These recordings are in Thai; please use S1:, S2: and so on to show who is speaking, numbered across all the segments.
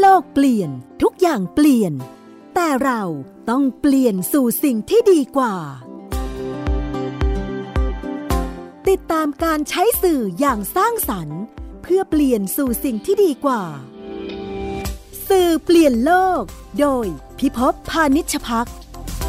S1: ลกเปลี่ยนทุกอย่างเปลี่ยนแต่เราต้องเปลี่ยนสู่สิ่งที่ดีกว่าติดตามการใช้สื่ออย่างสร้างสรรค์เพื่อเปลี่ยนสู่สิ่งที่ดีกว่าสื่อเปลี่ยนโลกโดยพิภพ พานิชภักดิ์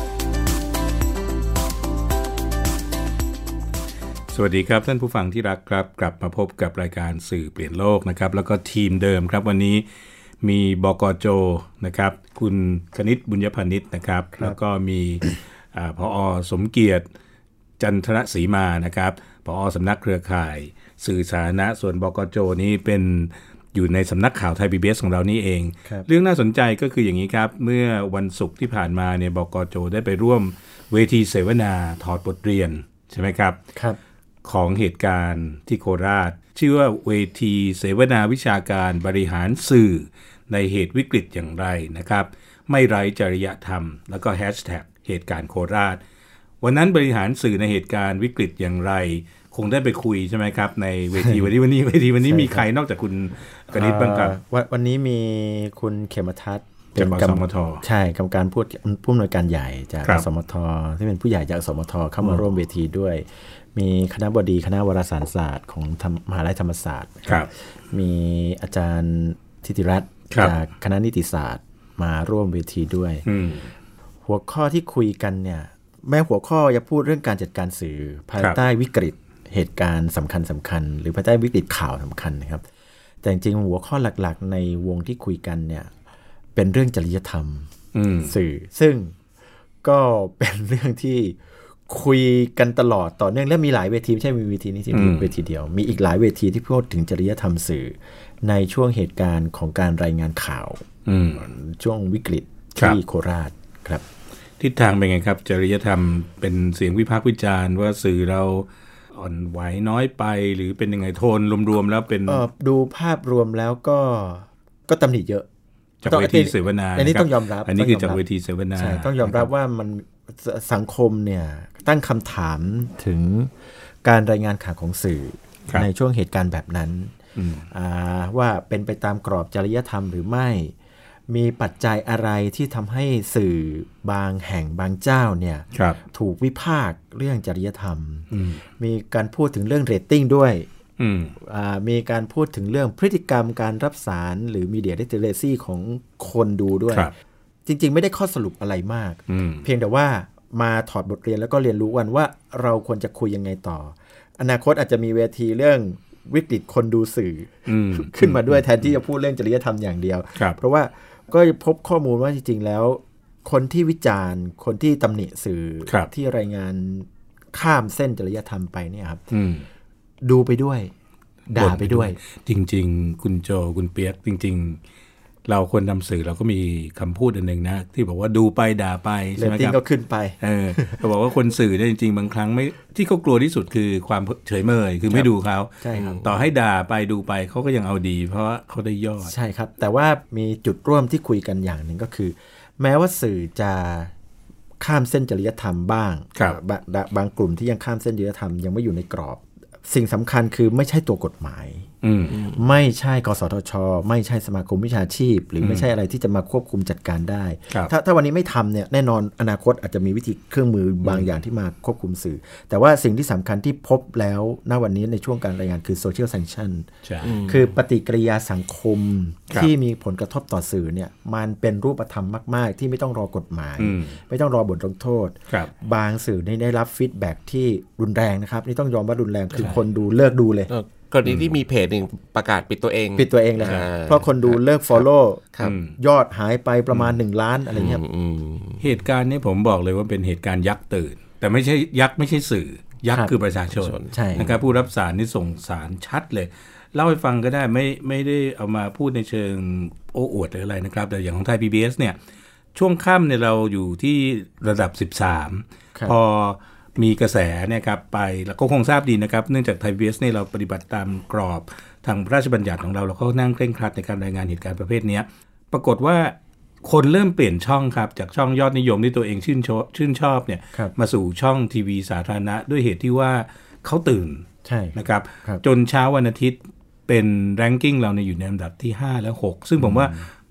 S2: สวัสดีครับท่านผู้ฟังที่รักครับกลับมาพบกับรายการสื่อเปลี่ยนโลกนะครับแล้วก็ทีมเดิมครับวันนี้มีบก.โจนะครับคุณคณิตบุญยพานิชนะครับแล้วก็มีผอ.สมเกียรติจันทรศรีมานะครับผอ.สำนักเครือข่ายสื่อสาธารณะส่วนบก.โจนี้เป็นอยู่ในสำนักข่าวไทย PBS ของเรานี่เองเรื่องน่าสนใจก็คืออย่างนี้ครับเมื่อวันศุกร์ที่ผ่านมาเนี่ยบก.โจได้ไปร่วมเวทีเสวนาถอดบทเรียนใช่ไหมครับของเหตุการณ์ที่โคราชชื่อว่าเวทีเสวนาวิชาการบริหารสื่อในเหตุวิกฤตอย่างไรนะครับไม่ไร้จริยธรรมแล้วก็แฮชแท็กเหตุการณ์โคราชวันนั้นบริหารสื่อในเหตุการณ์วิกฤตอย่างไรคงได้ไปคุยใช่ไหมครับในเวที วันนี้มีใครนอกจากคุณกนิษฐ์บ้างครับ
S3: วันนี้มีคุณเขมทัศน์
S2: จากอสมท
S3: ใช่กรรมการผู้อำนวยการใหญ่จากอสมทที่เป็นผู้ใหญ่จากอสมทเข้ามาร่วมเวทีด้วยมีคณบดีคณะวารสารศาสตร์ของมหาวิทยาลัยธรรมศาสตร์มีอาจารย์ธิติรัตน์จากคณะนิติศาสตร์มาร่วมเวทีด้วยหัวข้อที่คุยกันเนี่ยแม้หัวข้อจะพูดเรื่องการจัดการสื่อภายใต้วิกฤตเหตุการณ์สำคัญหรือภายใต้วิกฤตข่าวสำคัญนะครับแต่จริงๆหัวข้อหลักๆในวงที่คุยกันเนี่ยเป็นเรื่องจริยธรรมสื่อซึ่งก็เป็นเรื่องที่คุยกันตลอดต่อเนื่องและมีหลายเวทีไม่ใช่มีเวทีนี้ที่มีเวทีเดียวมีอีกหลายเวทีที่พูดถึงจริยธรรมสื่อในช่วงเหตุการณ์ของการรายงานข่าวช่วงวิกฤตที่โคราชครับ
S2: ทิศทางเป็นไงครับจริยธรรมเป็นเสียงวิพากษ์วิจารณ์ว่าสื่อเราอ่อนไหวน้อยไปหรือเป็นยังไงโทนรวมๆแล้วเป็น
S3: ดูภาพรวมแล้วก็ตำหนิเยอะ
S2: จากเวทีเสวนา
S3: อันนี้ต้องยอมรับ
S2: อันนี้คือจากเวทีเสวนา
S3: ใช่ต้องยอมรับว่ามันสังคมเนี่ยตั้งคำถามถึงการรายงานข่าวของสื่อในช่วงเหตุการณ์แบบนั้นว่าเป็นไปตามกรอบจริยธรรมหรือไม่มีปัจจัยอะไรที่ทำให้สื่อบางแห่งบางเจ้าเนี่ยถูกวิพากษ์เรื่องจริยธรรมมีการพูดถึงเรื่องเรตติ้งด้วยมีการพูดถึงเรื่องพฤติกรรมการรับสารหรือมีเดียลิเทเรซีของคนดูด้วยจริงๆไม่ได้ข้อสรุปอะไรมากเพียงแต่ว่ามาถอดบทเรียนแล้วก็เรียนรู้กันว่าเราควรจะคุยยังไงต่ออนาคตอาจจะมีเวทีเรื่องวิกฤตคนดูสื่อขึ้นมาด้วยแทนที่จะพูดเรื่องจริยธรรมอย่างเดียวเพราะว่าก็พบข้อมูลว่าจริงๆแล้วคนที่วิจารณ์คนที่ตำหนิสื่อที่รายงานข้ามเส้นจริยธรรมไปเนี่ยครับดูไปด้วยด่าไปด้วย
S2: จริงๆคุณโจคุณเปียกจริงๆเราคนทำสื่อเราก็มีคำพูดอันหนึ่งนะที่บอกว่าดูไปด่าไปใช่ไหมครับ
S3: ก็ขึ้นไป
S2: เขาบอกว่าคนสื่อเนี่ยจริงๆบางครั้งไม่ที่เขากลัวที่สุดคือความเฉยเมยคือไม่ดูเขาต่อให้ด่าไปดูไปเขาก็ยังเอาดีเพราะว่าเขาได้ยอด
S3: ใช่ครับแต่ว่ามีจุดร่วมที่คุยกันอย่างหนึ่งก็คือแม้ว่าสื่อจะข้ามเส้นจริยธรรมบ้างบางกลุ่มที่ยังข้ามเส้นจริยธรรมยังไม่อยู่ในกรอบสิ่งสำคัญคือไม่ใช่ตัวกฎหมายไม่ใช่กสทช.ไม่ใช่สมาคมวิชาชีพหรือไม่ใช่อะไรที่จะมาควบคุมจัดการได้ถ้าวันนี้ไม่ทำเนี่ยแน่นอนอนาคตอาจจะมีวิธีเครื่องมือบางอย่างที่มาควบคุมสื่อแต่ว่าสิ่งที่สำคัญที่พบแล้วณวันนี้ในช่วงการรายงานคือ social sanction คือปฏิกิริยาสังคมที่มีผลกระทบต่อสื่อเนี่ยมันเป็นรูปธรรมมากๆที่ไม่ต้องรอกฎหมายไม่ต้องรอบทลงโทษบางสื่อได้รับฟีดแบ็กที่รุนแรงนะครับนี่ต้องยอมว่ารุนแรงคือคนดูเลิกดูเลย
S4: กรณีที่มีเพจหนึ่งประกาศปิดตัวเอง
S3: เลยเพราะคนดูเลิก follow ยอดหายไปประมาณ1ล้านอะไรเงี้ย
S2: เหตุการณ์นี้ผมบอกเลยว่าเป็นเหตุการณ์ยักษ์ตื่นแต่ไม่ใช่ยักษ์ไม่ใช่สื่อยักษ์คือประชาชนนะครับผู้รับสารนี่ส่งสารชัดเลยเล่าให้ฟังก็ได้ไม่ได้เอามาพูดในเชิงโอ้อวดหรืออะไรนะครับแต่อย่างของไทย PBS เนี่ยช่วงค่ำเนี่ยเราอยู่ที่ระดับ13พอมีกระแสเนี่ยครับไปแล้วก็คงทราบดีนะครับเนื่องจากไทย PBS เนี่ยเราปฏิบัติตามกรอบทางพระราชบัญญัติของเราก็นั่งเคร่งครัดในการรายงานเหตุการณ์ประเภทนี้ปรากฏว่าคนเริ่มเปลี่ยนช่องครับจากช่องยอดนิยมที่ตัวเองชื่นชอบเนี่ยมาสู่ช่องทีวีสาธารณะด้วยเหตุที่ว่าเขาตื่นนะครับจนเช้าวันอาทิตย์เป็นแรงกิ้งเราในอยู่ในอันดับที่5และ6ซึ่งผมว่า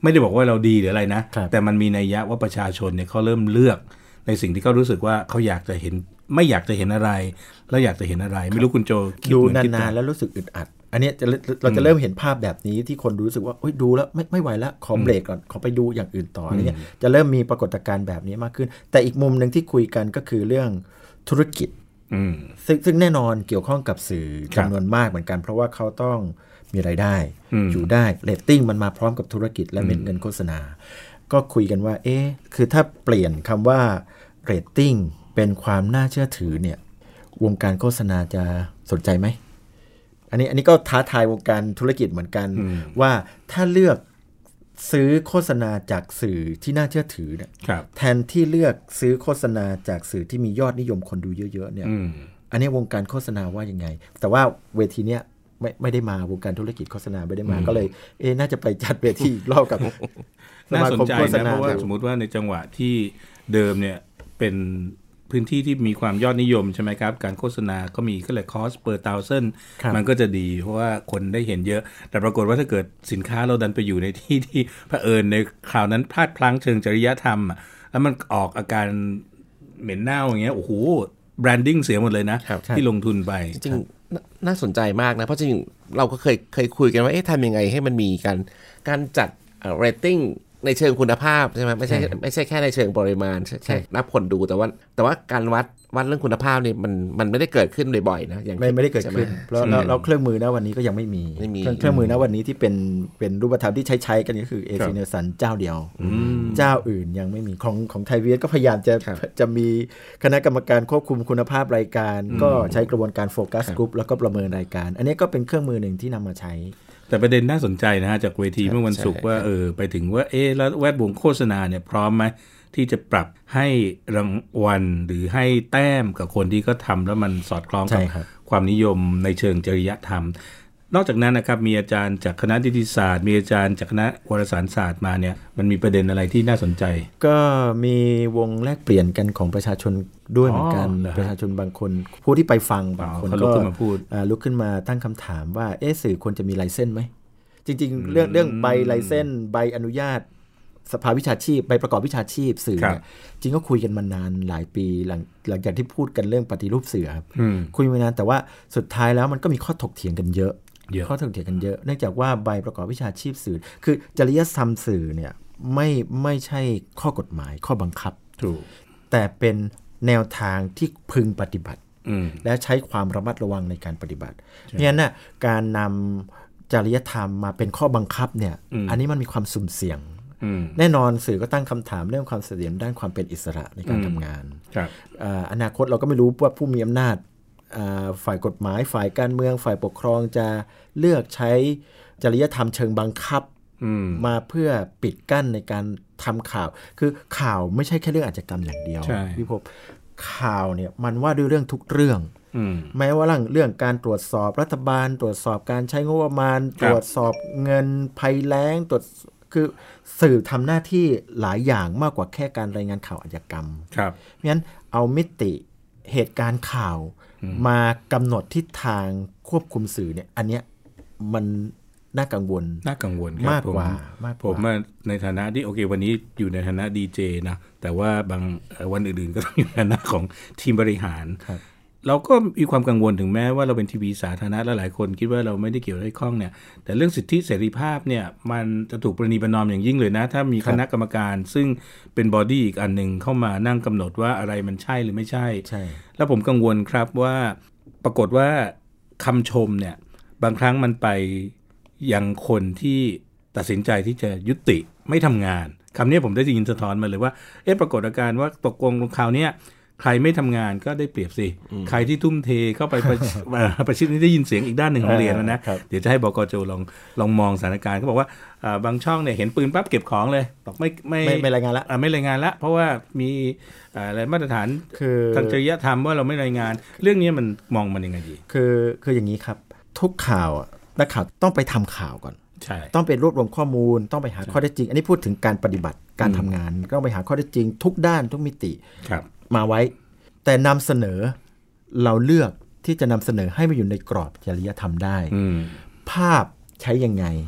S2: ไม่ได้บอกว่าเราดีหรืออะไรนะแต่มันมีนัยยะว่าประชาชนเนี่ยเขาเริ่มเลือกในสิ่งที่เขารู้สึกว่าเขาอยากจะเห็นไม่อยากจะเห็นอะไรแล้วอยากจะเห็นอะไรไม่รู้คุณโจคิด
S3: ดู
S2: เหมือน
S3: นานๆแล้วรู้สึกอึดอัดอันนี้เราจะเริ่มเห็นภาพแบบนี้ที่คนรู้สึกว่าดูแล้วไม่ไหวแล้วขอเบรกก่อนขอไปดูอย่างอื่นต่ออะไรเงี้ยจะเริ่มมีปรากฏการณ์แบบนี้มากขึ้นแต่อีกมุมนึงที่คุยกันก็คือเรื่องธุรกิจซึ่งแน่นอนเกี่ยวข้องกับสื่อจำนวนมากเหมือนกันเพราะว่าเขาต้องมีรายได้อยู่ได้เรตติ้งมันมาพร้อมกับธุรกิจและเม็ดเงินโฆษณาก็คุยกันว่าคือถ้าเปลี่ยนคำว่าเรตติ้งเป็นความน่าเชื่อถือเนี่ยวงการโฆษณาจะสนใจไหมอันนี้ก็ท้าทายวงการธุรกิจเหมือนกันว่าถ้าเลือกซื้อโฆษณาจากสื่อที่น่าเชื่อถือเนี่ยแทนที่เลือกซื้อโฆษณาจากสื่อที่มียอดนิยมคนดูเยอะๆเนี่ยอันนี้วงการโฆษณาว่ายังไงแต่ว่าเวทีเนี้ยไม่ได้มาวงการธุรกิจโฆษณาไม่ได้มาก็เลยน่าจะไปจัดเวทีอีกรอบกับ
S2: น่าสนใจนะเพราะว่าสมมติว่าในจังหวะที่เดิมเนี่ยเป็นพื้นที่ที่มีความยอดนิยมใช่ไหมครับการโฆษณาก็มีก็เลย cost per thousand มันก็จะดีเพราะว่าคนได้เห็นเยอะแต่ปรากฏว่าถ้าเกิดสินค้าเราดันไปอยู่ในที่ที่เผอิญในคราวนั้นพลาดพลั้งเชิงจริยธรรมแล้วมันออกอาการเหม็นเน่าอย่างเงี้ยโอ้โหแบรนดิ้งเสียหมดเลยนะที่ลงทุนไป
S4: จริงน่าสนใจมากนะเพราะจริงเราก็เคยคุยกันว่าทำยังไงให้มันมีการจัดเรตติ้งในเชิงคุณภาพใช่ไหมไม่ใช่แค่ในเชิงปริมาณใช่นับคนดูแต่ว่าการวัดเรื่องคุณภาพนี่มันไม่ได้เกิดขึ้นบ่อยๆนะอย่าง
S3: ไม่ได้เกิดขึ้นเพราะเราเครื่องมือนะวันนี้ก็ยังไม่มีเครื่องมือนะวันนี้ที่เป็นรูปธรรมที่ใช้กันก็คือAC Nielsenเจ้าเดียวเจ้าอื่นยังไม่มีของไทยวีเอสก็พยายามจะมีคณะกรรมการควบคุมคุณภาพรายการก็ใช้กระบวนการโฟกัสกรุ๊ปแล้วก็ประเมินรายการอันนี้ก็เป็นเครื่องมือหนึ่งที่นำมาใช้
S2: แต่ประเด็นน่าสนใจนะฮะจากเวทีเมื่อวันศุกร์ว่าไปถึงว่าแล้วแวดวงโฆษณาเนี่ยพร้อมไหมที่จะปรับให้รางวัลหรือให้แต้มกับคนที่ก็ทำแล้วมันสอดคล้องกับความนิยมในเชิงจริยธรรมนอกจากนั้นนะครับมีอาจารย์จากคณะนิติศาสตร์มีอาจารย์จากคณะวารสารศาสตร์มาเนี่ยมันมีประเด็นอะไรที่น่าสนใจ
S3: ก็มีวงแลกเปลี่ยนกันของประชาชนด้วยเหมือนกันประชาชนบางคนผู้ที่ไปฟังบางคนก็ลุกขึ้นมาตั้งคำถามว่าสื่อควรจะมีไลเซนส์ไหมจริงๆเรื่องใบไลเซนส์ใบอนุญาตสภาวิชาชีพใบประกอบวิชาชีพสื่อเนี่ยจริงก็คุยกันมานานหลายปีหลังจากที่พูดกันเรื่องปฏิรูปสื่อครับคุยมานานแต่ว่าสุดท้ายแล้วมันก็มีข้อถกเถียงกันเยอะข้อถกเถียงกันเยอะเนื่องจากว่าใบประกอบวิชาชีพสื่อคือจริยธรรมสื่อเนี่ยไม่ใช่ข้อกฎหมายข้อบังคับแต่เป็นแนวทางที่พึงปฏิบัติและใช้ความระมัดระวังในการปฏิบัติเพราะฉะนั้นการนำจริยธรรมมาเป็นข้อบังคับเนี่ยอันนี้มันมีความสุ่มเสี่ยงแน่นอนสื่อก็ตั้งคำถามเรื่องความเสถียรด้านความเป็นอิสระในการทำงานอนาคตเราก็ไม่รู้ว่าผู้มีอำนาจฝ่ายกฎหมายฝ่ายการเมืองฝ่ายปกครองจะเลือกใช้จริยธรรมเชิงบังคับมาเพื่อปิดกั้นในการทำข่าวคือข่าวไม่ใช่แค่เรื่องอาชญากรรมอย่างเดียวพี่พบข่าวเนี่ยมันว่าด้วยเรื่องทุกเรื่องแม้ว่าเรื่องการตรวจสอบรัฐบาลตรวจสอบการใช้งบประมาณตรวจสอบเงินภัยแล้งคือสื่อทำหน้าที่หลายอย่างมากกว่าแค่การรายงานข่าวอาชญากรรมเพราะฉะนั้นเอามิติเหตุการณ์ข่าวมากำหนดทิศทางควบคุมสื่อเนี่ยอันเนี้ยมันน่ากังวลมากกว่า
S2: ผมในฐานะที่โอเควันนี้อยู่ในฐานะดีเจนะแต่ว่าบางวันอื่นๆก็ต้องอยู่ในฐานะของทีมบริหารเราก็มีความกังวลถึงแม้ว่าเราเป็นทีวีสาธารณะและหลายคนคิดว่าเราไม่ได้เกี่ยวข้องเนี่ยแต่เรื่องสิทธิเสรีภาพเนี่ยมันจะถูกประนีประนอมอย่างยิ่งเลยนะถ้ามีคณะกรรมการซึ่งเป็นบอดี้อีกอันนึงเข้ามานั่งกำหนดว่าอะไรมันใช่หรือไม่ใช่แล้วผมกังวลครับว่าปรากฏว่าคำชมเนี่ยบางครั้งมันไปยังคนที่ตัดสินใจที่จะยุติไม่ทำงานคำนี้ผมได้ยินสะท้อนมาเลยว่าปรากฏการณ์ว่าตกลงคราวนี้ใครไม่ทำงานก็ได้เปรียบสิใครที่ทุ่มเทเข้าไปประชิดนี้ได้ยินเสียงอีกด้านหนึ่งของเรียนแล้วนะเดี๋ยวจะให้บกจ.ลองมองสถานการณ์เขาบอกว่าบางช่องเนี่ยเห็นปืนปั๊บเก็บของเลยบอก
S3: ไม่รายงานละ
S2: ไม่รายงานละเพราะว่ามีอะไรมาตรฐานทางจริยธรรมว่าเราไม่รายงานเรื่องนี้มันมองมันยังไงดี
S3: คืออย่างนี้ครับทุกข่าวนักข่าวต้องไปทำข่าวก่อนต้องไปรวบรวมข้อมูลต้องไปหาข้อเท็จจริงอันนี้พูดถึงการปฏิบัติการทำงานต้องไปหาข้อเท็จจริงทุกด้านทุกมิติมาไว้แต่นำเสนอเราเลือกที่จะนำเสนอให้มาอยู่ในกรอบจริยธรรมได้ภาพใช้ยังไง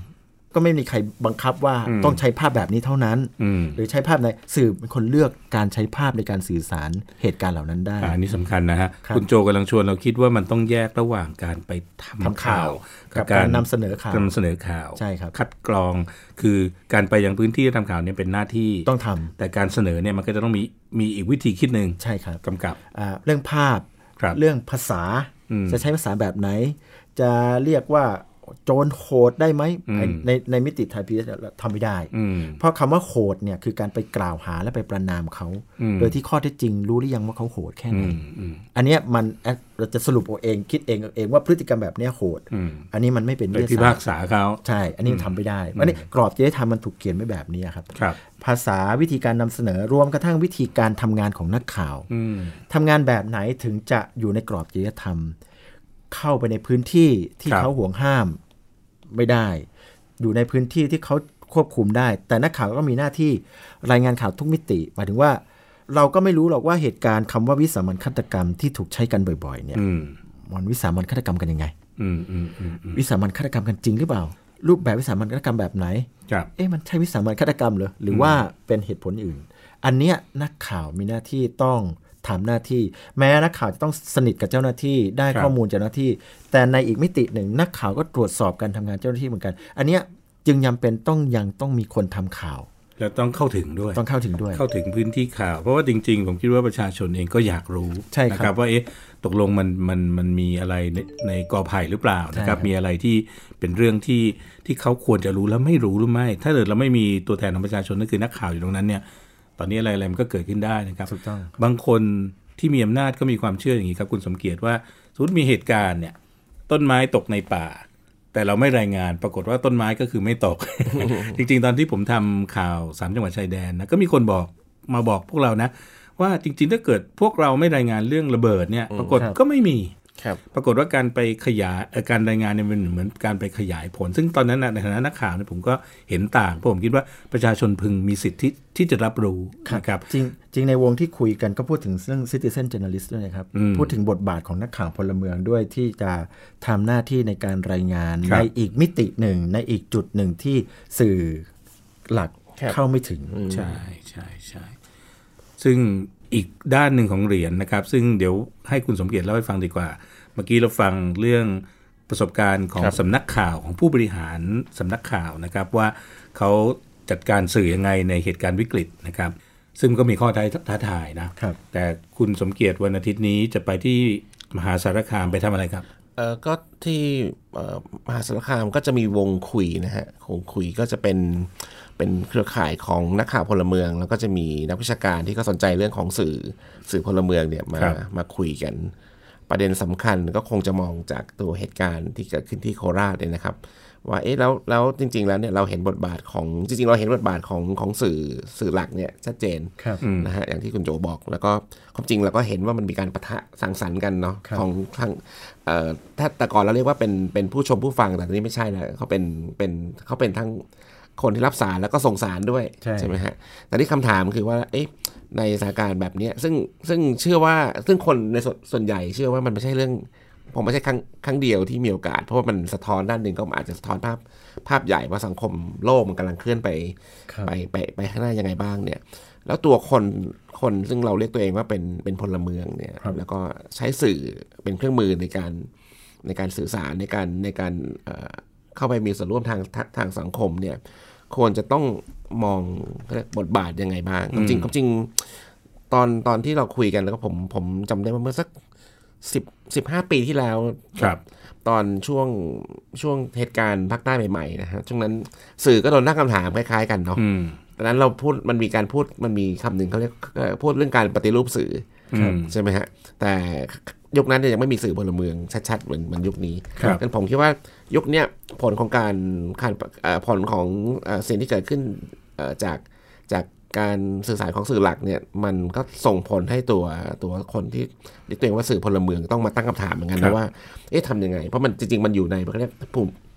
S3: ก็ไม่มีใครบังคับว่าต้องใช้ภาพแบบนี้เท่านั้นหรือใช้ภาพไหนสื่อเป็นคนเลือกการใช้ภาพในการสื่อสารเหตุการณ์เหล่านั้นได้
S2: อันนี้สำคัญนะฮะคุณโจกำลังชวนเราคิดว่ามันต้องแยกระหว่างการไปทำข่าว
S3: กับการนำเสนอข่าว
S2: ใช่ครับคัดกรองคือการไปยังพื้นที่ทำข่าวเนี่ยเป็นหน้าที่
S3: ต้องทำ
S2: แต่การเสนอเนี่ยมันก็จะต้องมีอีกวิธีคิดหนึ่ง
S3: ใช่ครับ
S2: กำกับ
S3: เรื่องภาพเรื่องภาษาจะใช้ภาษาแบบไหนจะเรียกว่าโจรโหดได้ไหมในมิติไทยพีบีเอสทำไม่ได้เพราะคำว่าโหดเนี่ยคือการไปกล่าวหาและไปประณามเขาโดยที่ข้อเท็จจริงรู้หรือยังว่าเขาโหดแค่ไหนอันนี้มันเราจะสรุปเอาเองคิดเองว่าพฤติกรรมแบบนี้โหดอันนี้มันไม่เป็นวิทยาศาสตร์
S2: พิพากษาเขา
S3: ใช่อันนี้ทำไม่ได้อันนี้กรอบจริยธรรมมันถูกเขียนไว้แบบนี้ครับภาษาวิธีการนำเสนอรวมกระทั่งวิธีการทำงานของนักข่าวทำงานแบบไหนถึงจะอยู่ในกรอบจริยธรรมเข้าไปในพื้นที่ที่เขาห่วงห้ามไม่ได้อยู่ในพื้นที่ที่เขาควบคุมได้แต่นักข่าวก็มีหน้าที่รายงานข่าวทุกมิติหมายถึงว่าเราก็ไม่รู้หรอกว่าเหตุการณ์คำว่าวิสามัญฆาตกรรมที่ถูกใช้กันบ่อยๆเนี่ยมันวิสามัญฆาตกรรมกันยังไงวิสามัญฆาตกรรมกันจริงหรือเปล่ารูปแบบวิสามัญฆาตกรรมแบบไหนมันใช่วิสามัญฆาตกรรมหรือว่าเป็นเหตุผลอื่นอันเนี้ยนักข่าวมีหน้าที่ต้องทำหน้าที่แม้นักข่าวจะต้องสนิทกับเจ้าหน้าที่ได้ข้อมูลจากเจ้าหน้าที่แต่ในอีกมิติหนึ่งนักข่าวก็ตรวจสอบการทำงานเจ้าหน้าที่เหมือนกันอันเนี้ยจึงยังเป็นต้องมีคนทำข่าว
S2: แล้วต้องเข้าถึงด้วย
S3: เข้าถึง
S2: พื้นที่ข่าวเพราะว่าจริงๆผมคิดว่าประชาชนเองก็อยากรู้นะครับว่าตกลงมันมีอะไรในกอไผ่หรือเปล่านะครับมีอะไรที่เป็นเรื่องที่เขาควรจะรู้แล้วไม่รู้หรือไม่ถ้าเกิดเราไม่มีตัวแทนของประชาชนนั่นคือนักข่าวอยู่ตรงนั้นเนี่ยตอนนี้อะไรมันก็เกิดขึ้นได้นะครับบางคนที่มีอำนาจก็มีความเชื่ออย่างนี้ครับคุณสมเกียรติว่าสมมติมีเหตุการณ์เนี่ยต้นไม้ตกในป่าแต่เราไม่รายงานปรากฏว่าต้นไม้ก็คือไม่ตก จริงๆตอนที่ผมทำข่าว3จังหวัดชายแดนนะก็มีคนมาบอกพวกเรานะว่าจริงๆถ้าเกิดพวกเราไม่รายงานเรื่องระเบิดเนี่ยปรากฏก็ไม่มีปรากฏว่าการไปขยายการรายงานเนี่ยมันเหมือนการไปขยายผลซึ่งตอนนั้นในฐานะนักข่าวเนี่ยผมก็เห็นต่างเพราะผมคิดว่าประชาชนพึงมีสิทธิ์ที่จะรับรู้นะครับ
S3: จริงในวงที่คุยกันก็พูดถึงเรื่อง citizen journalist ด้วยนะครับพูดถึงบทบาทของนักข่าวพลเมืองด้วยที่จะทำหน้าที่ในการรายงานในอีกมิติหนึ่งในอีกจุดหนึ่งที่สื่อหลักเข้าไม่ถึง
S2: ใช่ซึ่งอีกด้านหนึ่งของเหรียญนะครับซึ่งเดี๋ยวให้คุณสมเกียรติเล่าให้ฟังดีกว่าเมื่อกี้เราฟังเรื่องประสบการณ์ของสำนักข่าวของผู้บริหารสำนักข่าวนะครับว่าเขาจัดการสื่อยังไงในเหตุการณ์วิกฤตนะครับซึ่งก็มีข้อท้าทายนะแต่คุณสมเกียรติวันอาทิตย์นี้จะไปที่มหาสารคามไปทำอะไรครับ
S4: ก็ที่มหาสารคามก็จะมีวงคุยนะฮะวงคุยก็จะเป็นเครือข่ายของนักข่าวพลเมืองแล้วก็จะมีนักวิชาการที่ก็สนใจเรื่องของสื่อพลเมืองเนี่ยมาคุยกันประเด็นสำคัญก็คงจะมองจากตัวเหตุการณ์ที่เกิดขึ้นที่โคราชเลยนะครับว่าแล้วจริงๆแล้วเนี่ยเราเห็นบทบาทของจริงๆเราเห็นบทบาทของสื่อหลักเนี่ยชัดเจนนะฮะอย่างที่คุณโจบอกแล้วก็ความจริงเราก็เห็นว่ามันมีการปะทะสังสรรค์กันเนาะของทางถ้าแต่ก่อนเราเรียกว่าเป็นผู้ชมผู้ฟังแต่ตอนนี้ไม่ใช่แล้วเขาเป็นทั้งคนที่รับสารแล้วก็ส่งสารด้วยใช่ไหมฮะแต่ที่คำถามคือว่าในสถานการณ์แบบนี้ซึ่งเชื่อว่าซึ่งคนในส่วนใหญ่เชื่อว่ามันไม่ใช่เรื่องผมไม่ใช่ครั้งเดียวที่มีโอกาสเพราะว่ามันสะท้อนด้านหนึ่งก็อาจจะสะท้อนภาพใหญ่ว่าสังคมโลกมันกำลังเคลื่อนไปข้างหน้ายังไงบ้างเนี่ยแล้วตัวคนซึ่งเราเรียกตัวเองว่าเป็นพลเมืองเนี่ยแล้วก็ใช้สื่อเป็นเครื่องมือในการสื่อสารในการเข้าไปมีส่วนร่วมทางสังคมเนี่ยควรจะต้องมองบทบาทยังไงบ้างจริงตอนที่เราคุยกันแล้วก็ผมจำได้ว่าเมื่อสัก15 ปีที่แล้วตอนช่วงเหตุการณ์ภาคใต้ใหม่ๆนะฮะช่วงนั้นสื่อก็โดนตั้งคำถามคล้ายๆกันเนาะตอนนั้นเราพูดมันมีคำหนึ่งเขาเรียกพูดเรื่องการปฏิรูปสื่อใช่ไหมฮะแต่ยุคนั้นเนี่ยยังไม่มีสื่อพลเมืองชัดๆเหมือนยุคนี้ดังนั้นผมคิดว่ายุคนี้ผลของผลของสิ่งที่เกิดขึ้นจากการสื่อสารของสื่อหลักเนี่ยมันก็ส่งผลให้ตัวคนที่เรียกตัวเองว่าสื่อพลเมืองต้องมาตั้งคำถามเหมือนกันนะว่าทำยังไงเพราะมันจริงๆมันอยู่ในเขาเรียก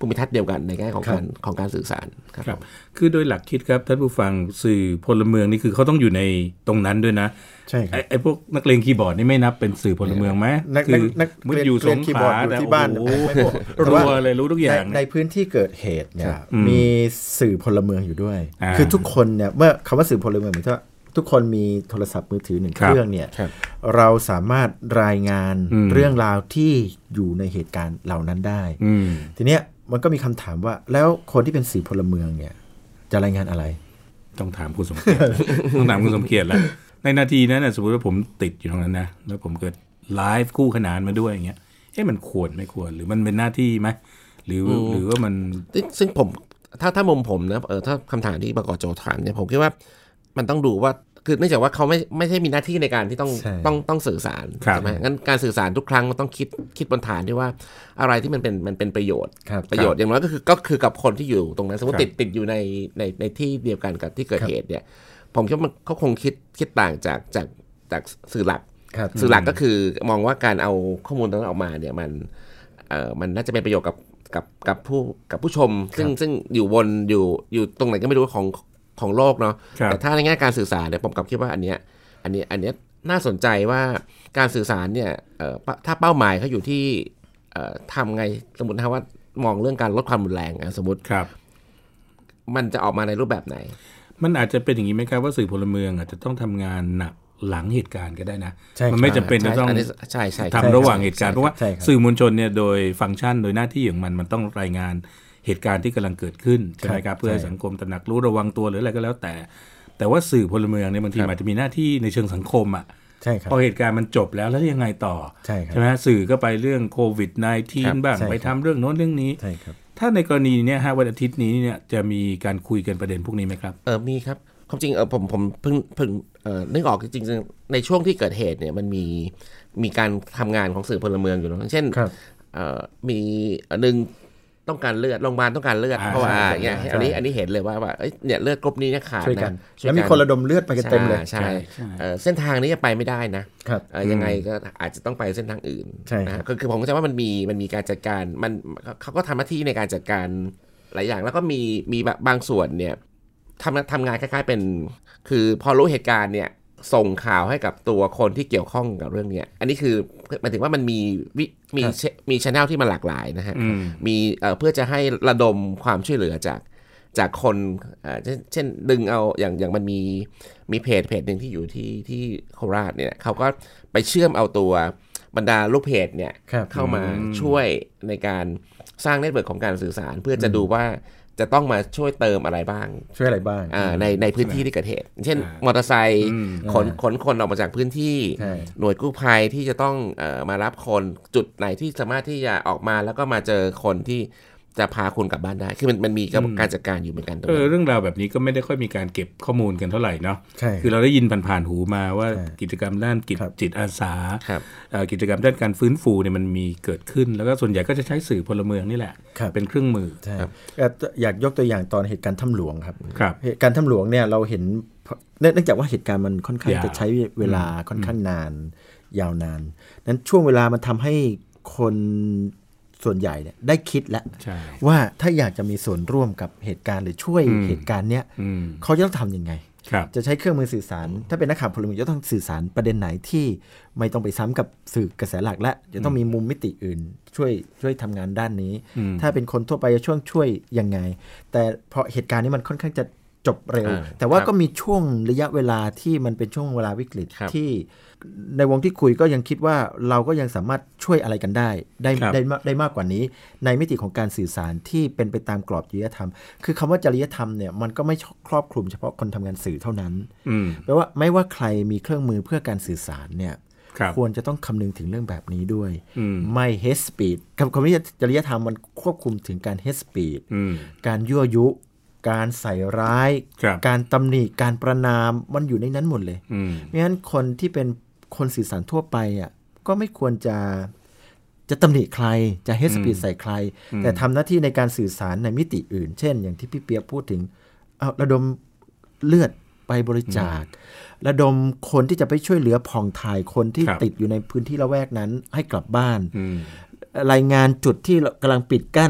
S4: ภูมิทัศน์เดียวกันในแง่ของการสื่อสารครับ
S2: คือโดยหลักคิดครับท่านผู้ฟังสื่อพลเมืองนี่คือเขาต้องอยู่ในตรงนั้นด้วยนะ
S3: ใช่ครับ
S2: ไอ้พวกนักเลงคีย์บอร์ดนี่ไม่นับเป็นสื่อพลเมืองไหมคือมันอยู่สงขลา
S3: ที่บ้าน
S2: รัวเลยรู้ทุกอย่าง
S3: ในพื้นที่เกิดเหตุเนี่ยมีสื่อพลเมืองอยู่ด้วยคือทุกคนเนี่ยเมื่อคำว่าสื่อพลเมืองหมายถึงว่าทุกคนมีโทรศัพท์มือถือ1เครื่องเนี่ยเราสามารถรายงานเรื่องราวที่อยู่ในเหตุการณ์เหล่านั้นได้ทีเนี้ยมันก็มีคำถามว่าแล้วคนที่เป็นสื่อพลเมืองเนี่ยจะรายงานอะไร
S2: ต้องถามคุณสมเกียรติ ต้องถามคุณสมเกียรติแล้วในนาทีนั้นสมมติว่าผมติดอยู่ตรงนั้นนะแล้วผมเกิดไลฟ์คู่ขนานมาด้วยอย่างเงี้ยมันควรไม่ควรหรือมันเป็นหน้าที่ไหมหรือว่ามัน
S4: ซึ่งผมถ้ามุมผมนะถ้าคำถามที่บกจ.ถามเนี่ยผมคิดว่ามันต้องดูว่าคือเนื่องจากว่าเขาไม่ใช่มีหน้าที่ในการที่ต้องสื่อสารใช่ไหมงั้นการสื่อสารทุกครั้งมันต้องคิดบนฐานที่ว่าอะไรที่มันเป็นประโยชน์อย่างน้อยก็คือกับคนที่อยู่ตรงนั้นสมมติติดอยู่ในที่เดียวกันกับที่เกิดเหตุเนี่ยผมคิดว่าเขาคงคิดต่างจากสื่อหลักก็คือมองว่าการเอาข้อมูลตรงนั้นออกมาเนี่ยมันน่าจะเป็นประโยชน์กับผู้ชมซึ่งอยู่ตรงไหนก็ไม่รู้ของโลกเนาะแต่ถ้าในแง่การสื่อสารเนี่ยผมกับคิดว่าอันเนี้ยน่าสนใจว่าการสื่อสารเนี่ยถ้าเป้าหมายเขาอยู่ที่ทำไงสมมติว่ามองเรื่องการลดความรุนแรงสมมติมันจะออกมาในรูปแบบไหน
S2: มันอาจจะเป็นอย่างนี้ไหมครับว่าสื่อพลเมืองอาจจะต้องทำงานหนักหลังเหตุการณ์ก็ได้นะมันไม่จำเป็นจะต้องทำระหว่างเหตุการณ์เพราะว่าสื่อมวลชนเนี่ยโดยฟังก์ชันโดยหน้าที่ของมันต้องรายงานเหตุการณ์ที่กำลังเกิดขึ้นใช่ไหมครับเพื่อให้สังคมตระหนักรู้ระวังตัวหรืออะไรก็แล้วแต่ว่าสื่อพลเมืองเนี่ยบางทีอาจจะมีหน้าที่ในเชิงสังคมพอเหตุการณ์มันจบแล้วยังไงต่อใช่ไหมสื่อก็ไปเรื่องโควิด -19 บ้างไปทำเรื่องโน้นเรื่องนี้ถ้าในกรณีนี้วันอาทิตย์นี้เนี่ยจะมีการคุยกันประเด็นพวกนี้ไหมครับ
S4: มีครับความจริงผมเพิ่งนึกออกจริงๆในช่วงที่เกิดเหตุเนี่ยมันมีการทำงานของสื่อพลเมืองอยู่เช่นมีหนึ่งต้องการเลือดโรงพยาบาลต้องการเลือดเพราะว่าเนี่ยอันนี้เห็นเลยว่าเนี่ยเลือดกรุ๊ปนี้เนี่ยขาดนะ
S3: แล้วมีคนระดมเลือดไปกันเต็มเลย
S4: ใช่เส้นทางนี้จะไปไม่ได้นะยังไงก็อาจจะต้องไปเส้นทางอื่นนะคือผมเข้าใจว่ามันมีการจัดการเขาก็ทำหน้าที่ในการจัดการหลายอย่างแล้วก็มีบางส่วนเนี่ยทำงานคล้ายๆเป็นคือพอรู้เหตุการณ์เนี่ยส่งข่าวให้กับตัวคนที่เกี่ยวข้องกับเรื่องนี้อันนี้คือหมายถึงว่ามันมีช่องที่มันหลากหลายนะฮะมีเพื่อจะให้ระดมความช่วยเหลือจากคนเช่นดึงเอาอย่างมันมีเพจหนึ่งที่อยู่ที่โคราชเนี่ยเขาก็ไปเชื่อมเอาตัวบรรดาลูกเพจเนี่ยเข้ามาช่วยในการสร้างเน็ตเวิร์คของการสื่อสารเพื่อจะดูว่าจะต้องมาช่วยเติมอะไรบ้าง
S3: ช่วยอะไรบ้าง
S4: ในพื้นที่ที่เกิดเหตุเช่นมอเตอร์ไซค์ขนคนออกมาจากพื้นที่หน่วยกู้ภัยที่จะต้องมารับคนจุดไหนที่สามารถที่จะออกมาแล้วก็มาเจอคนที่จะพาคุณกลับบ้านได้คือมันมีการจัดการอยู่เหมือนกัน
S2: เรื่องราวแบบนี้ก็ไม่ได้ค่อยมีการเก็บข้อมูลกันเท่าไหร่เนาะคือเราได้ยินผ่านๆหูมาว่ากิจกรรมด้านจิตอาสากิจกรรมด้านการฟื้นฟูเนี่ยมันมีเกิดขึ้นแล้วก็ส่วนใหญ่ก็จะใช้สื่อพลเมืองนี่แหละเป็นเครื่องมือ
S3: อยากยกตัวอย่างตอนเหตุการณ์ถ้ำหลวงครับเหตุการณ์ถ้ำหลวงเนี่ยเราเห็นเนื่องจากว่าเหตุการณ์มันค่อนข้างจะใช้เวลาค่อนข้างนานยาวนานนั้นช่วงเวลามันทำให้คนส่วนใหญ่เนี่ยได้คิดแล้วว่าถ้าอยากจะมีส่วนร่วมกับเหตุการณ์หรือช่วยเหตุการณ์เนี้ยเขาจะต้องทำยังไงจะใช้เครื่องมือสื่อสารถ้าเป็นนักข่าวพลเมืองจะต้องสื่อสารประเด็นไหนที่ไม่ต้องไปซ้ำกับสื่อกระแสหลักและจะต้องมีมุมมิติอื่นช่วยทำงานด้านนี้ถ้าเป็นคนทั่วไปจะช่วยยังไงแต่พอเหตุการณ์นี้มันค่อนข้างจะจบเร็วแต่ว่าก็มีช่วงระยะเวลาที่มันเป็นช่วงเวลาวิกฤตที่ในวงที่คุยก็ยังคิดว่าเราก็ยังสามารถช่วยอะไรกันได้มากกว่านี้ในมิติของการสื่อสารที่เป็นไปตามกรอบจริยธรรมคือคำว่าจริยธรรมเนี่ยมันก็ไม่ครอบคลุมเฉพาะคนทำงานสื่อเท่านั้นแปลว่าไม่ว่าใครมีเครื่องมือเพื่อการสื่อสารเนี่ยควรจะต้องคำนึงถึงเรื่องแบบนี้ด้วยไม่ hate speech คำว่าจริยธรรมมันควบคุมถึงการ hate speech การยั่วยุการใส่ร้ายการตำหนิการประณามมันอยู่ในนั้นหมดเลยเพราะฉะนั้นคนที่เป็นคนสื่อสารทั่วไปอ่ะก็ไม่ควรจะตำหนิใครจะเฮดสปีดใส่ใครแต่ทำหน้าที่ในการสื่อสารในมิติอื่นเช่นอย่างที่พี่เปียกพูดถึงระดมเลือดไปบริจาคระดมคนที่จะไปช่วยเหลือผ่องถ่ายคนที่ติดอยู่ในพื้นที่ละแวกนั้นให้กลับบ้านรายงานจุดที่กำลังปิดกั้น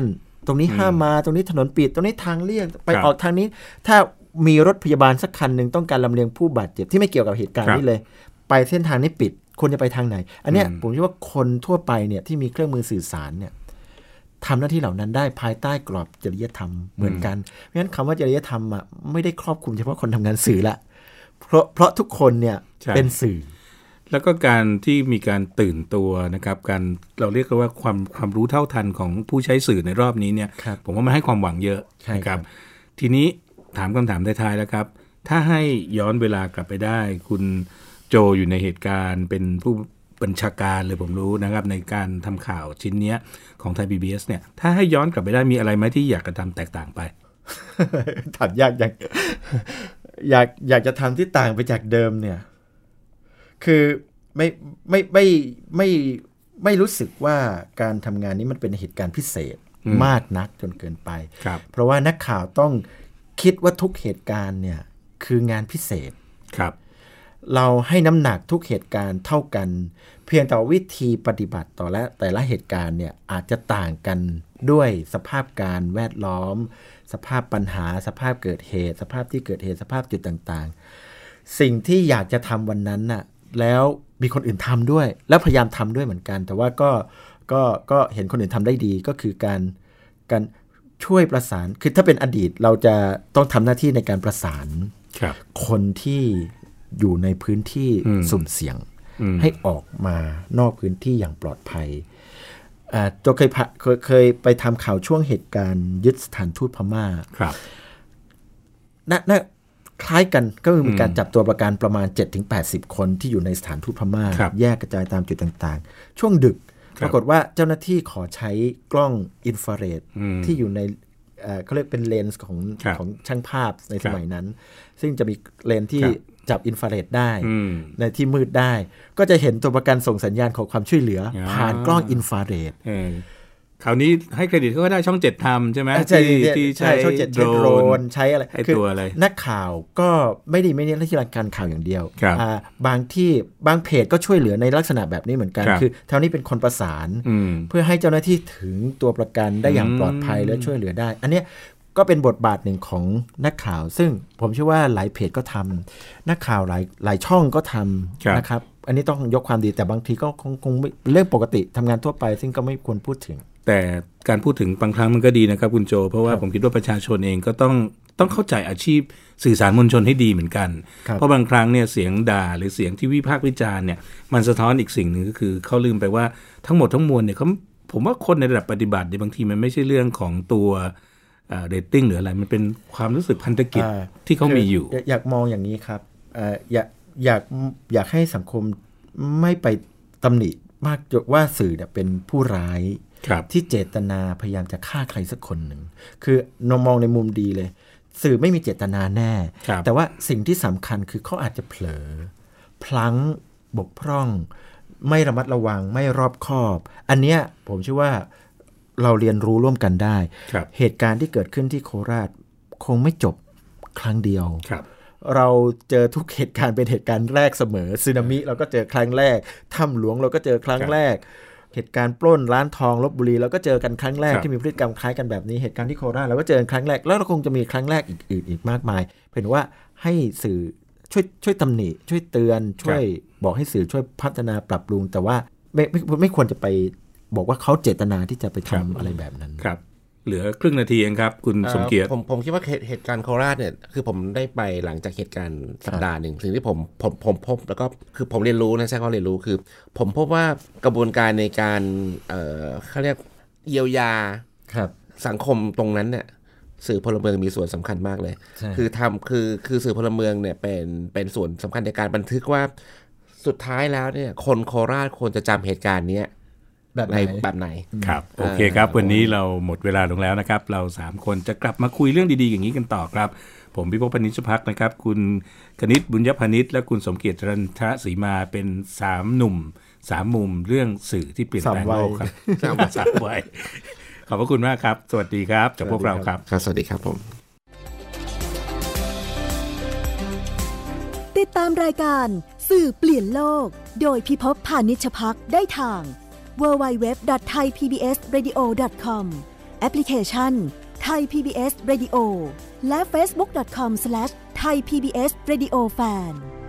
S3: ตรงนี้ห้ามมาตรงนี้ถนนปิดตรงนี้ทางเลี่ยงไปออกทางนี้ถ้ามีรถพยาบาลสักคันหนึ่งต้องการลำเลียงผู้บาดเจ็บที่ไม่เกี่ยวกับเหตุการณ์นี้เลยไปเส้นทางนี้ปิดควรจะไปทางไหนอันเนี้ยผมคิดว่าคนทั่วไปเนี่ยที่มีเครื่องมือสื่อสารเนี่ยทำหน้าที่เหล่านั้นได้ภายใต้กรอบจริยธรรมเหมือนกันเพราะฉะนั้นคำว่าจริยธรรมอ่ะไม่ได้ครอบคลุมเฉพาะคนทำงานสื่อละเพราะทุกคนเนี่ยเป็นสื่อ
S2: แล้วก็การที่มีการตื่นตัวนะครับการเราเรียกว่าความรู้เท่าทันของผู้ใช้สื่อในรอบนี้เนี่ยผมว่ามันให้ความหวังเยอะนะครับทีนี้ถามคำถามท้ายๆแล้วครับถ้าให้ย้อนเวลากลับไปได้คุณโจอยู่ในเหตุการณ์เป็นผู้บัญชาการเลยผมรู้นะครับในการทำข่าวชิ้นนี้ของไทย PBS เนี่ยถ้าให้ย้อนกลับไปได้มีอะไรไหมที่อยากจะทำแตกต่างไป
S3: ถามยากอย่างอยากจะทำที่ต่างไปจากเดิมเนี่ยคือไม่รู้สึกว่าการทำงานนี้มันเป็นเหตุการณ์พิเศษมากนักจนเกินไปเพราะว่านักข่าวต้องคิดว่าทุกเหตุการณ์เนี่ยคืองานพิเศษ
S2: ครับ
S3: เราให้น้ำหนักทุกเหตุการณ์เท่ากันเพียงแต่วิธีปฏิบัติต่อแต่ละเหตุการณ์เนี่ยอาจจะต่างกันด้วยสภาพการแวดล้อมสภาพปัญหาสภาพเกิดเหตุสภาพที่เกิดเหตุสภาพจุดต่างๆสิ่งที่อยากจะทำวันนั้นน่ะแล้วมีคนอื่นทำด้วยแล้วพยายามทำด้วยเหมือนกันแต่ว่าก็เห็นคนอื่นทำได้ดีก็คือการช่วยประสานคือถ้าเป็นอดีตเราจะต้องทำหน้าที่ในการประสานคนที่อยู่ในพื้นที่สุ่มเสี่ยงให้ออกมานอกพื้นที่อย่างปลอดภัยโจเคยไปทำข่าวช่วงเหตุการณ์ยึดสถานทูตพม่า
S2: ครับ
S3: น่าคล้ายกันก็มีการจับตัวประกันประมาณ 7-80 คนที่อยู่ในสถานทูตพม่าแยกกระจายตามจุดต่างๆช่วงดึกปรากฏว่าเจ้าหน้าที่ขอใช้กล้องอินฟราเรดที่อยู่ในเขาเรียกเป็นเลนส์ของช่างภาพในสมัยนั้นซึ่งจะมีเลนส์ที่จับอินฟราเรดได้ในที่มืดได้ก็จะเห็นตัวประกันส่งสัญญาณขอความช่วยเหลือผ่านกล้องอินฟราเรด
S2: คราวนี้ให้เครดิตเขาก็ได้ช่อง7ทำใช่ไหมที่ใช้
S3: ช่อง7โดรนใช้อะไร
S2: คือ
S3: นักข่าวก็ไม่ได้เน้นที่การข่าวอย่างเดียวบางเพจก็ช่วยเหลือในลักษณะแบบนี้เหมือนกันคือแถวนี้เป็นคนประสานเพื่อให้เจ้าหน้าที่ถึงตัวประกันได้อย่างปลอดภัยและช่วยเหลือได้อันนี้ก็เป็นบทบาทหนึ่งของนักข่าวซึ่งผมเชื่อว่าหลายเพจก็ทำนักข่าวหลายช่องก็ทำนะครับอันนี้ต้องยกความดีแต่บางทีก็คงเรื่องปกติทำงานทั่วไปซึ่งก็ไม่ควรพูดถึง
S2: แต่การพูดถึงบางครั้งมันก็ดีนะครับคุณโจเพราะว่าผมคิดว่าประชาชนเองก็ต้องเข้าใจอาชีพสื่อสารมวลชนให้ดีเหมือนกันเพราะบางครั้งเนี่ยเสียงด่าหรือเสียงที่วิพากษ์วิจารณ์เนี่ยมันสะท้อนอีกสิ่งหนึ่งก็คือเขาลืมไปว่าทั้งหมดทั้งมวลเนี่ยผมว่าคนในระดับปฏิบัติเนี่ยบางทีมันไม่ใช่เรื่องของตัวเรตติ้งหรืออะไรมันเป็นความรู้สึกพันธกิจที่เขามีอยู่
S3: อยากมองอย่างนี้ครับอยากให้สังคมไม่ไปตำหนิมากจนว่าสื่อเป็นผู้ร้ายที่เจตนาพยายามจะฆ่าใครสักคนหนึ่งคือนมองในมุมดีเลยสื่อไม่มีเจตนาแน่แต่ว่าสิ่งที่สำคัญคือเขาอาจจะเผลอพลั้งบกพร่องไม่ระมัดระวังไม่รอบคอบอันเนี้ยผมเชื่อว่าเราเรียนรู้ร่วมกันได้เหตุการณ์ที่เกิดขึ้นที่โคราชคงไม่จบครั้งเดียวเราเจอทุกเหตุการณ์เป็นเหตุการณ์แรกเสมอสึนามิเราก็เจอครั้งแรกถ้ำหลวงเราก็เจอครั้งแรกเหตุการณ์ปล้นร้านทองลพบุรีเราก็เจอกันครั้งแรกที่มีพฤติกรรมคล้ายกันแบบนี้เหตุการณ์ที่โคราชเราก็เจอกันครั้งแรกแล้วเราคงจะมีครั้งแรกอื่นอีกมากมายเป็นว่าให้สื่อช่วยตำหนิช่วยเตือนช่วยบอกให้สื่อช่วยพัฒนาปรับปรุงแต่ว่าไม่ควรจะไปบอกว่าเขาเจตนาที่จะไปทำอะไรแบบนั้น
S2: ครับเหลือครึ่งนาทีเองครับคุณสมเกียรติ
S4: ผมคิดว่าเหตุการณ์โคราชเนี่ยคือผมได้ไปหลังจากเหตุการณ์สัปดาห์หนึ่งสิ่งที่ผมพบแล้วก็คือผมเรียนรู้นะใช่ก็เรียนรู้คือผมพบว่ากระบวนการในการเขาเรียกเยียวยาสังคมตรงนั้นเนี่ยสื่อพลเมืองมีส่วนสำคัญมากเลยคือสื่อพลเมืองเนี่ยเป็นส่วนสำคัญในการบันทึกว่าสุดท้ายแล้วเนี่ยคนโคราชควรจะจำเหตุการณ์นี้แบบไหน
S2: ครับโอเคครับวันนี้เราหมดเวลาลงแล้วนะครับเรา3คนจะกลับมาคุยเรื่องดีๆอย่างนี้กันต่อครับผมพิภพพนิชภักนะครับคุณคณิตบุญยพนิชและคุณสมเกียรติรันทศรีมาเป็น3หนุ่ม3มุมเรื่องสื่อที่เปลี่ยนแปลงโลกครับ3 วัยขอบพระคุณมากครับสวัสดีครับจากพวกเราครับ
S4: สวัสดีครับผม
S1: ติดตามรายการสื่อเปลี่ยนโลกโดยพิภพพนิชภักได้ทางwww.thaipbsradio.com แอปพลิเคชัน Thai PBS Radio และ facebook.com/thaipbsradiofan